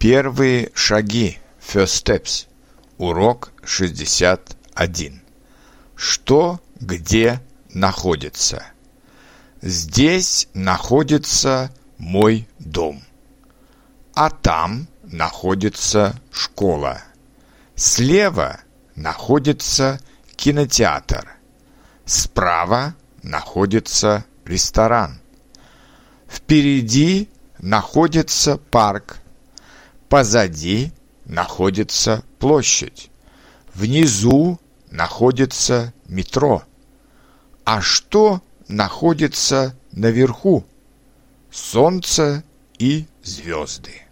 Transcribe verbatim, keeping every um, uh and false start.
Первые шаги. First steps. Урок шестьдесят один. Что, где находится? Здесь находится мой дом, а там находится школа. Слева находится кинотеатр, справа находится ресторан. Впереди находится парк, позади находится площадь, внизу находится метро. А что находится наверху? Солнце и звезды.